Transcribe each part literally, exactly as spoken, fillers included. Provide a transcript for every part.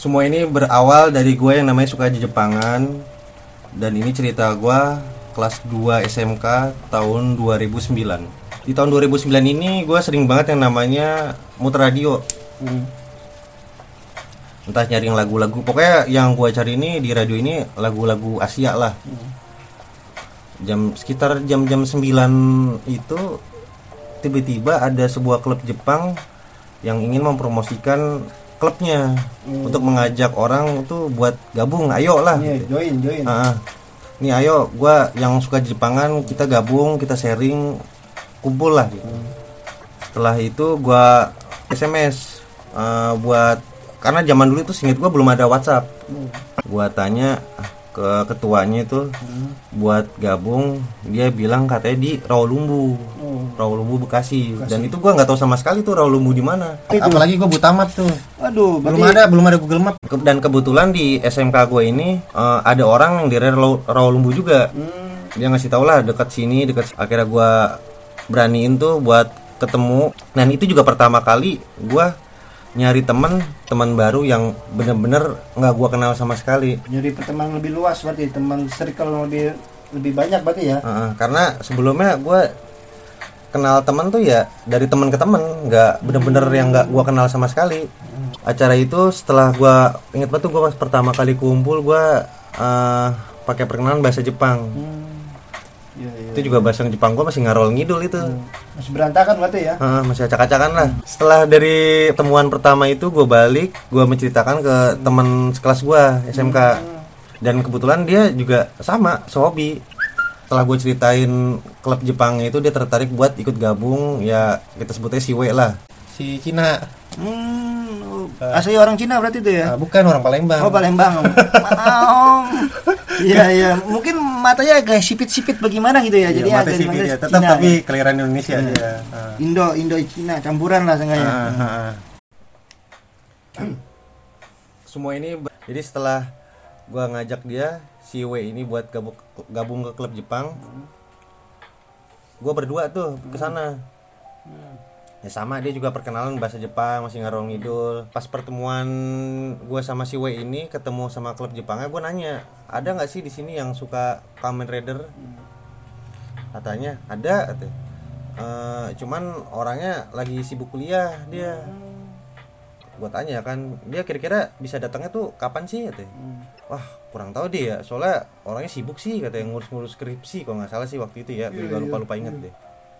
Semua ini berawal dari gue yang namanya suka Jepangan. Dan ini cerita gue kelas dua S M K tahun dua ribu sembilan. Di tahun dua ribu sembilan ini gue sering banget yang namanya muter radio. hmm. Entah nyari lagu-lagu, pokoknya yang gue cari ini di radio ini lagu-lagu Asia lah. hmm. Jam sekitar jam-jam sembilan itu tiba-tiba ada sebuah klub Jepang yang ingin mempromosikan klubnya, hmm. untuk mengajak orang tuh buat gabung, ayo lah. Yeah, join, join. Uh, nih ayo, gue yang suka Jepangan, kita gabung, kita sharing, kumpul lah. Gitu. Hmm. Setelah itu gue S M S uh, buat, karena zaman dulu tuh seinget gue belum ada WhatsApp. Hmm. Gue tanya ke ketuanya itu hmm. buat gabung, dia bilang katanya di Rawalumbu, hmm. Rawalumbu Bekasi. Bekasi. Dan itu gue nggak tahu sama sekali tuh Rawalumbu di mana. Apalagi gue buta map tuh. Aduh, belum berarti... ada belum ada Google Map. Dan kebetulan di S M K gue ini uh, ada orang yang dari Rawalumbu juga. Hmm. Dia ngasih tau lah dekat sini, dekat. Akhirnya gue beraniin tuh buat ketemu. Dan itu juga pertama kali gue nyari teman teman baru yang bener-bener nggak gua kenal sama sekali. Jadi teman lebih luas berarti, teman circle lebih lebih banyak berarti ya. Uh, karena sebelumnya gua kenal teman tuh ya dari teman ke teman, nggak bener-bener hmm. yang nggak gua kenal sama sekali. Hmm. Acara itu setelah gua inget banget tuh, gua pas pertama kali kumpul gua uh, pakai perkenalan bahasa Jepang. Hmm. Ya, ya, itu juga bahasa Jepang gue masih ngarol ngidul itu. Hmm. Masih berantakan berarti ya? Uh, masih acak-acakan lah. Hmm. Setelah dari temuan pertama itu gue balik, gue menceritakan ke hmm. teman sekelas gue S M K. Hmm. Dan kebetulan dia juga sama, sehobi. Setelah gue ceritain klub Jepangnya itu, dia tertarik buat ikut gabung. Ya kita sebutnya si W lah. Si Cina. Hmm, asli orang Cina berarti itu ya? Uh, bukan, orang Palembang. Oh, Palembang. Iya, iya. Mungkin matanya agak sipit-sipit bagaimana gitu ya. Iya, jadi mata agak sipit ya. Tetap Cina, tapi ya? kelahiran Indonesia hmm. dia. Uh. Indo, Indo Cina campuran lah sengaja. Uh, uh, uh. Hmm. Semua ini jadi setelah gua ngajak dia si W ini buat gabung gabung ke klub Jepang. Hmm. Gua berdua tuh ke sana. Hmm. Ya sama, dia juga perkenalan bahasa Jepang, masih ngarol ngidul. Pas pertemuan gue sama si W ini ketemu sama klub Jepangnya, gue nanya, ada nggak sih di sini yang suka Kamen Rider? Katanya ada, katanya. E, cuman orangnya lagi sibuk kuliah dia. Gue tanya kan, dia kira-kira bisa datangnya tuh kapan sih? Katanya. Wah, kurang tahu deh ya, soalnya orangnya sibuk sih, katanya ngurus-ngurus skripsi, kalau nggak salah sih waktu itu ya, gue lupa-lupa inget deh.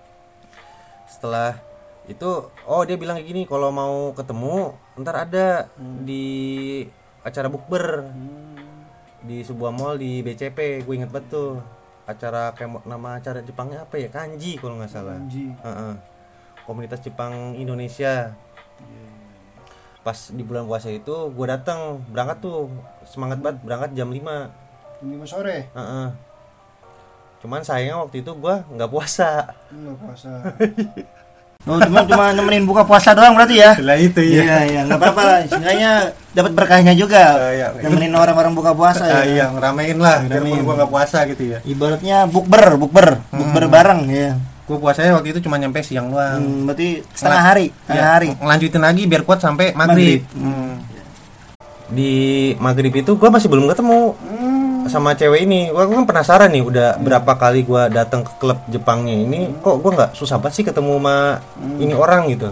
Setelah itu, oh dia bilang kayak gini, kalau mau ketemu ntar ada hmm. di acara bukber hmm. di sebuah mall di B C P. Gue inget banget tuh acara, kayak nama acara Jepangnya apa ya, Kanji kalau nggak salah. Kanji. Uh-uh. Komunitas Jepang Indonesia. Yeah. Pas di bulan puasa itu gue datang, berangkat tuh semangat banget, berangkat jam lima sore. Uh-uh. Cuman sayangnya waktu itu gue nggak puasa. Nggak puasa. Oh, cuma cuma nemenin buka puasa doang berarti ya? Lah itu ya. Iya, iya, enggak apa-apa lah. Seenggaknya dapat berkahnya juga. Uh, iya. Nemenin orang-orang buka puasa uh, ya. Iya, ngeramein lah. Biarpun gua enggak puasa gitu ya. Ibaratnya bukber, bukber, hmm. bukber bareng ya. Gua puasanya waktu itu cuma nyampe siang doang. Hmm, berarti setengah hari, setengah ya, hari. Ngelanjutin lagi biar kuat sampai maghrib. maghrib. Hmm. Di maghrib itu gua masih belum ketemu. Hmm. Sama cewek ini, gua kan penasaran nih, udah hmm. berapa kali gua datang ke klub Jepangnya ini, hmm. kok gua nggak susah banget sih ketemu sama hmm. ini orang gitu.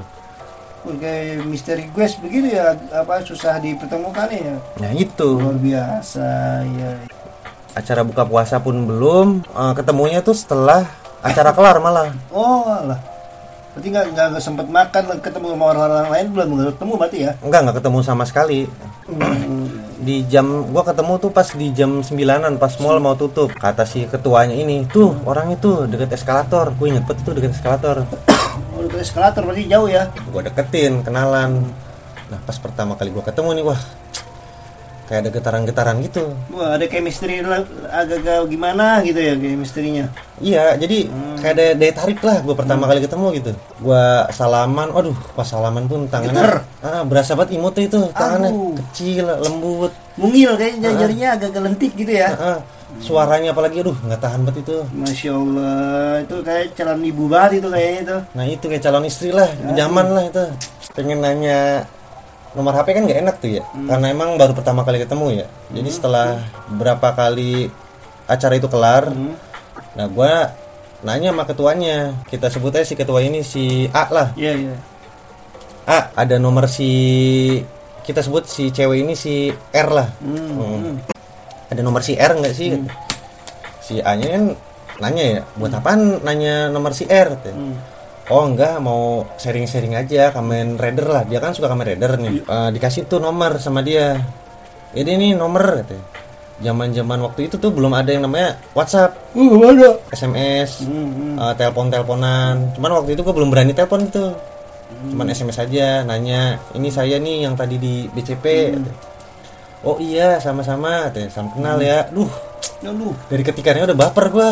Kayak misteri quest begitu ya, apa susah dipertemukan ya? Nah itu. Luar biasa ya. Acara buka puasa pun belum, uh, ketemunya tuh setelah acara kelar malah. Oh lah. Berarti nggak nggak sempat makan, ketemu sama orang-orang lain belum ketemu berarti ya? Enggak nggak ketemu sama sekali. Hmm. Di jam gua ketemu tuh pas di jam sembilanan pas mall mau tutup. Kata si ketuanya ini, tuh hmm. orang itu deket eskalator. Gue inget banget tuh deket eskalator. Oh, deket eskalator berarti jauh ya? Gua deketin, kenalan. Nah pas pertama kali gua ketemu nih, wah kayak ada getaran-getaran gitu. Wah, ada chemistry agak-agak gimana gitu ya chemistry-nya. Iya, jadi hmm. kayak ada daya tarik lah gua pertama hmm. kali ketemu gitu. Gua salaman, waduh, pas salaman pun tangannya ah, berasa banget imutnya itu, tangannya Aduh. kecil, lembut. Mungil kayaknya, ah. jarinya agak lentik gitu ya. Ah, ah. Suaranya apalagi, aduh, nggak tahan banget itu. Masya Allah, itu kayak calon ibu banget itu kayaknya itu. Nah itu kayak calon istri lah, zaman lah itu. Pengen nanya nomor H P kan nggak enak tuh ya, hmm. karena emang baru pertama kali ketemu ya. Jadi hmm. setelah berapa kali acara itu kelar, hmm. nah gue nanya sama ketuanya, kita sebut aja si ketua ini si A lah. Iya yeah, iya. Yeah. A, ada nomor si, kita sebut si cewek ini si R lah. Hmm. Hmm. Ada nomor si R nggak sih? Hmm. Si A-nya kan nanya ya, buat hmm. apaan nanya nomor si R? Hmm. Oh enggak, mau sharing-sharing aja, Kamen Rider lah. Dia kan suka Kamen Rider nih. Uh, dikasih tuh nomor sama dia. Ini nih nomor katanya. Zaman-zaman waktu itu tuh belum ada yang namanya WhatsApp. Uh, ada. S M S, hmm. uh, telepon-teleponan. Cuman waktu itu gue belum berani telepon itu. Hmm. Cuman S M S aja, nanya, ini saya nih yang tadi di B C P. Hmm. Oh iya, sama-sama, katanya. Sama kenal hmm. ya. Duh, ya lu. Dari ketikannya udah baper gue.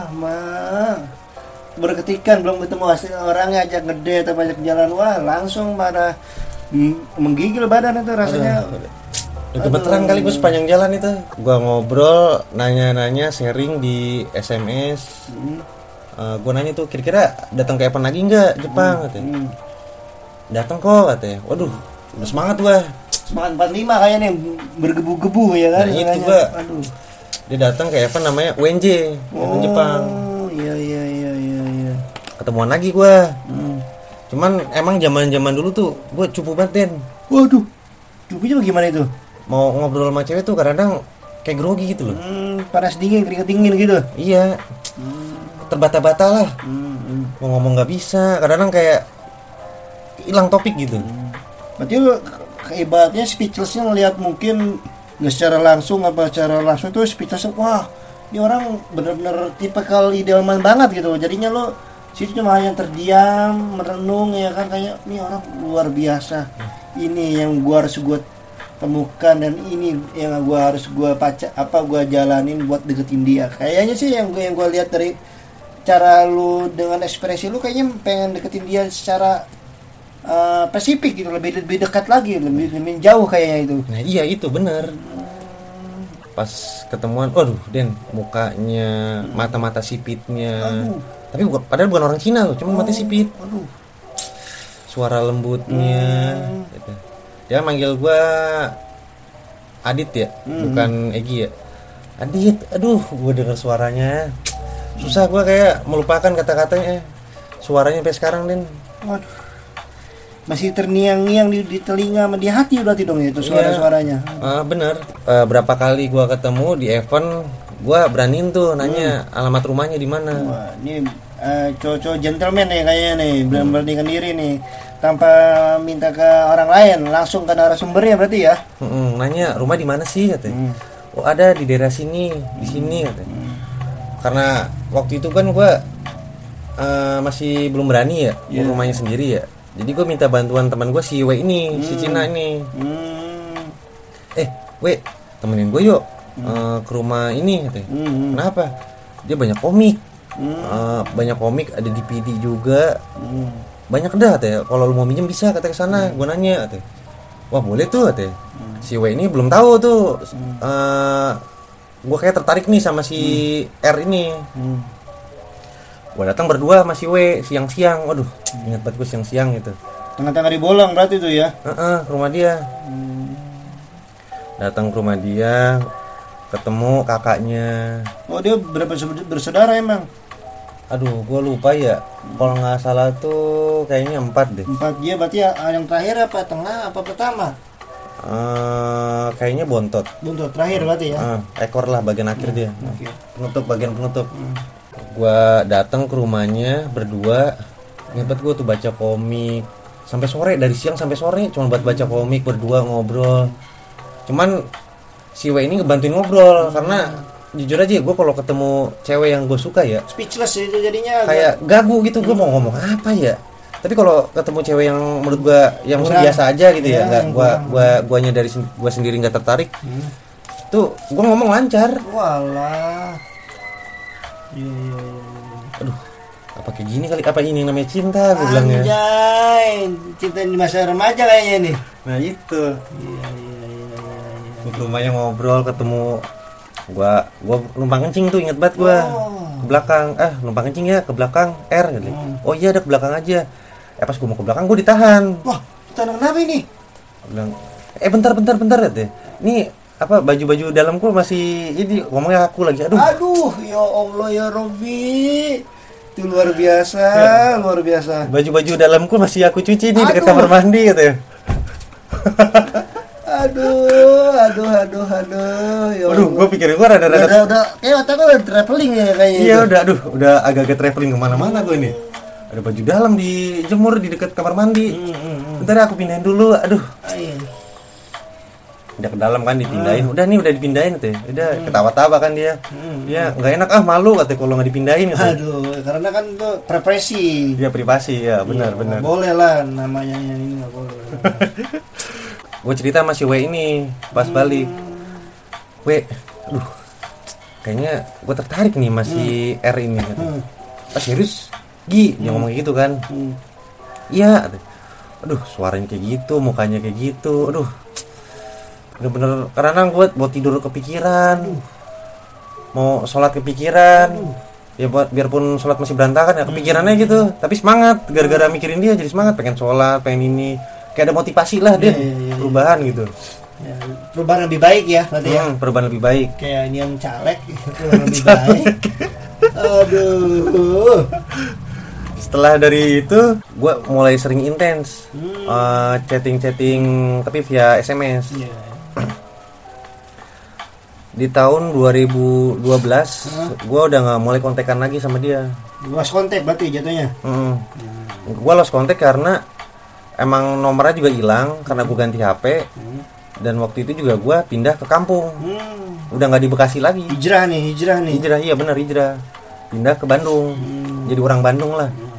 Alamak. Berketikan belum ketemu hasil orangnya, ajak gede atau banyak jalan, wah langsung pada mm, menggigil badan itu rasanya. Udah gemeteran kali gue sepanjang jalan itu. Gue ngobrol, nanya-nanya, sharing di S M S. hmm. uh, Gue nanya tuh, kira-kira datang ke event lagi nggak Jepang? hmm. katanya. hmm. Datang kok katanya. Waduh, udah semangat gue. Semangat empat puluh lima kayaknya bergebu-gebu ya kan. Nah itu gue. Dia datang ke event namanya U N J, oh, event Jepang. Iya iya iya. Ketemuan lagi gue. hmm. Cuman emang zaman-zaman dulu tuh gue cupu banget Den. Waduh, cupunya bagaimana itu? Mau ngobrol sama cewek tuh kadang-kadang kayak grogi gitu loh. hmm, Panas dingin, keringet dingin gitu. Iya. hmm. Terbata-bata lah. hmm, hmm. Mau ngomong gak bisa, kadang-kadang kayak hilang topik gitu. hmm. Berarti lu ibaratnya speechlessnya ngelihat mungkin gak secara langsung apa secara langsung tuh speechless. Wah, ini orang bener-bener tipikal idealman banget gitu. Jadinya lo situ cuma hanya terdiam, merenung ya kan, kayak ini orang luar biasa. Ini yang gua harus gua temukan dan ini yang gua harus gua paca apa gua jalanin buat deketin dia. Kayaknya sih yang gua yang gua lihat dari cara lu dengan ekspresi lu kayaknya pengen deketin dia secara uh, spesifik gitu, lebih lebih dekat lagi, lebih lebih jauh kayaknya itu. Nah, iya itu benar. Pas ketemuan, waduh Den, mukanya, mata-mata sipitnya. Aduh. Tapi bukan, padahal bukan orang Cina loh, cuma oh, mati sipit. Aduh. Suara lembutnya. Hmm. Gitu. Dia manggil gue Adit ya, hmm. bukan Egi ya. Adit, aduh, gue denger suaranya susah gue kayak melupakan kata-katanya. Suaranya sampai sekarang Den. Waduh. Masih terniang-niang di, di telinga sama di hati berarti dong itu suara-suaranya. Uh, bener. Uh, berapa kali gue ketemu di event, gue beraniin tuh nanya hmm. alamat rumahnya di mana. Wah, ini uh, cowok-cowok gentleman nih kayaknya nih, hmm. beranikan diri nih tanpa minta ke orang lain, langsung ke narasumbernya berarti ya. Hmm, nanya rumah di mana sih katanya. Hmm. Oh ada di daerah sini, di sini katanya. Hmm. Karena waktu itu kan gue uh, masih belum berani ya, yeah. rumahnya sendiri ya. Jadi gue minta bantuan teman gue si W ini, hmm. si Cina ini. Hmm. Eh, W, temenin gue yuk hmm. uh, ke rumah ini katanya. Hmm. Kenapa? Dia banyak komik. Hmm. Uh, banyak komik, ada D V D juga. Hmm. Banyak dah katanya. Kalau lu mau minjem bisa katanya ke sana. Hmm. Gue nanya katanya. Wah, boleh tuh katanya. Hmm. Si W ini belum tahu tuh. Hmm. Uh, gue kayak tertarik nih sama si hmm. R ini. Hmm. Gue datang berdua sama si W siang-siang. Waduh, ingat banget gue siang-siang gitu. Tengah-tengah di bolong berarti itu ya? Heeh, uh-uh, ke rumah dia. Hmm. Datang ke rumah dia, ketemu kakaknya. Oh, dia berapa bersaudara emang? Aduh, gue lupa ya. Kalau nggak salah tuh kayaknya empat deh. Empat dia berarti yang terakhir apa tengah apa pertama? Uh, kayaknya bontot. Bontot terakhir berarti ya? Uh, ekor lah bagian akhir hmm. dia. Okay. Penutup bagian penutup. Hmm. Gua datang ke rumahnya berdua, ngebet gue tuh baca komik sampai sore, dari siang sampai sore cuma buat baca komik berdua ngobrol. Cuman si W ini ngebantuin ngobrol hmm. karena jujur aja gue kalau ketemu cewek yang gue suka ya speechless itu jadinya kayak gagu gitu. Gue hmm. mau ngomong apa ya, tapi kalau ketemu cewek yang menurut gue yang biasa aja gitu ya, nggak gue gue guanya dari gue sendiri nggak tertarik hmm. tuh gue ngomong lancar. Walah. Iya, iya, iya. Aduh, apa kayak gini kali? Apa ini namanya cinta? Gue bilangnya. Anjay, cinta di masa remaja kayaknya nih. Nah itu. Iya, iya, iya, iya. Gue ke rumahnya ngobrol, ketemu. Gua, gua numpang kencing tuh, inget banget gua. Oh. Ke belakang, eh numpang kencing ya ke belakang R. Gitu. Hmm. Oh iya, ada ke belakang aja. Eh pas gue mau ke belakang, gue ditahan. Wah, ditahan kenapa ini? Bilang, eh bentar bentar bentar ya. Ini apa baju-baju dalamku masih ini ngomongnya aku lagi. Aduh. Aduh, ya Allah ya Robby. Itu luar biasa, ya. luar biasa. Baju-baju dalamku masih aku cuci nih dekat Aduh. kamar mandi gitu ya. Aduh, aduh, aduh, aduh. Ya Aduh, gue pikir gue rada-rada. Udah, udah, kayak otak gue udah traveling ya kayaknya. Iya itu. udah, aduh, udah agak-agak traveling kemana-mana gue ini. Ada baju dalam dijemur di dekat kamar mandi. Hmm, hmm, hmm. Bentar ya, aku pindahin dulu. Aduh. Ay. Udah ke dalam kan dipindahin. Hmm. Udah nih udah dipindahin tuh. Udah hmm. ketawa-tawa kan dia. Hmm. Dia nggak enak ah, malu katanya kalau nggak dipindahin gitu. Aduh, karena kan itu privasi. Dia privasi ya, benar Iya, benar. Boleh lah namanya yang ini nggak boleh. Gue cerita sama si W ini pas Hmm. balik. W, aduh, kayaknya gue tertarik nih masih Hmm. R ini. Gitu. Hmm. Ah serius? Gi, dia ngomong gitu kan. Hmm. Iya. Aduh, suaranya kayak gitu, mukanya kayak gitu. Aduh. Bener-bener karena gue mau tidur kepikiran. Mau sholat kepikiran. Ya buat biarpun sholat masih berantakan ya kepikirannya gitu. Tapi semangat gara-gara mikirin dia jadi semangat pengen sholat, pengen ini. Kayak ada motivasi lah dia. Iya, iya, iya. Perubahan gitu. Ya, perubahan lebih baik ya berarti ya. Hmm, perubahan lebih baik. Kayak ini yang caleg itu lebih baik. Aduh. Setelah dari itu, gue mulai sering intens Hmm. uh, chatting-chatting, tapi via S M S. Iya. Di tahun dua ribu dua belas, Huh? gue udah nggak mulai kontekan lagi sama dia. Lost kontak berarti jatuhnya. Hmm. Gue lost kontak karena emang nomornya juga hilang karena gue ganti H P. Hmm. Dan waktu itu juga gue pindah ke kampung, Hmm. udah nggak di Bekasi lagi. Hijrah nih, hijrah nih. Hijrah, iya benar hijrah. Pindah ke Bandung, Hmm. jadi orang Bandung lah.